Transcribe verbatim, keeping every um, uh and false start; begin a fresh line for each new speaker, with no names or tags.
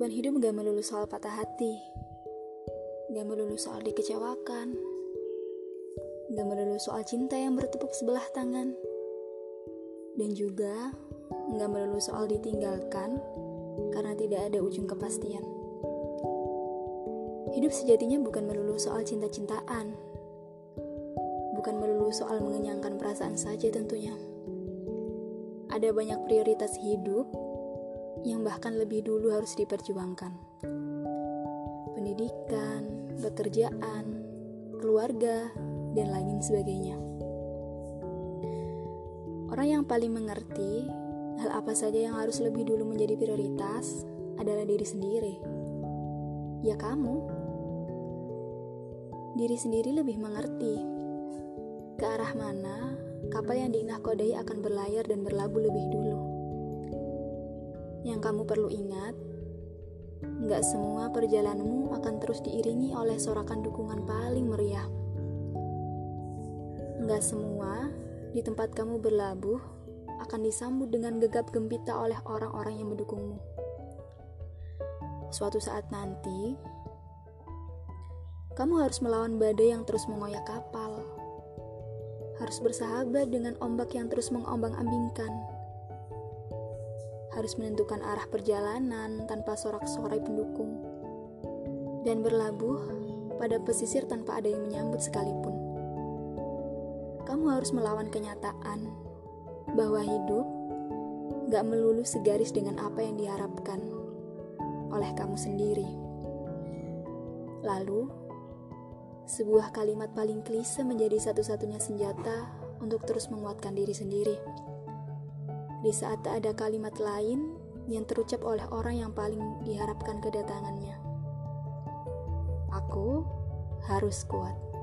Beban hidup gak melulu soal patah hati, gak melulu soal dikecewakan, gak melulu soal cinta yang bertepuk sebelah tangan, dan juga gak melulu soal ditinggalkan karena tidak ada ujung kepastian. Hidup sejatinya bukan melulu soal cinta-cintaan, bukan melulu soal mengenyangkan perasaan saja tentunya. Ada banyak prioritas hidup yang bahkan lebih dulu harus diperjuangkan. Pendidikan, pekerjaan, keluarga, dan lain sebagainya. Orang yang paling mengerti hal apa saja yang harus lebih dulu menjadi prioritas adalah diri sendiri. Ya kamu. Diri sendiri lebih mengerti ke arah mana kapal yang dinahkodai akan berlayar dan berlabuh lebih dulu. Yang kamu perlu ingat, gak semua perjalananmu akan terus diiringi oleh sorakan dukungan paling meriah. Gak semua di tempat kamu berlabuh akan disambut dengan gegap gempita oleh orang-orang yang mendukungmu. Suatu saat nanti, kamu harus melawan badai yang terus mengoyak kapal. Harus bersahabat dengan ombak yang terus mengombang-ambingkan. Harus menentukan arah perjalanan tanpa sorak-sorai pendukung, dan berlabuh pada pesisir tanpa ada yang menyambut sekalipun. Kamu harus melawan kenyataan bahwa hidup gak melulu segaris dengan apa yang diharapkan oleh kamu sendiri. Lalu, sebuah kalimat paling klise menjadi satu-satunya senjata untuk terus menguatkan diri sendiri. Di saat tak ada kalimat lain yang terucap oleh orang yang paling diharapkan kedatangannya. Aku harus kuat.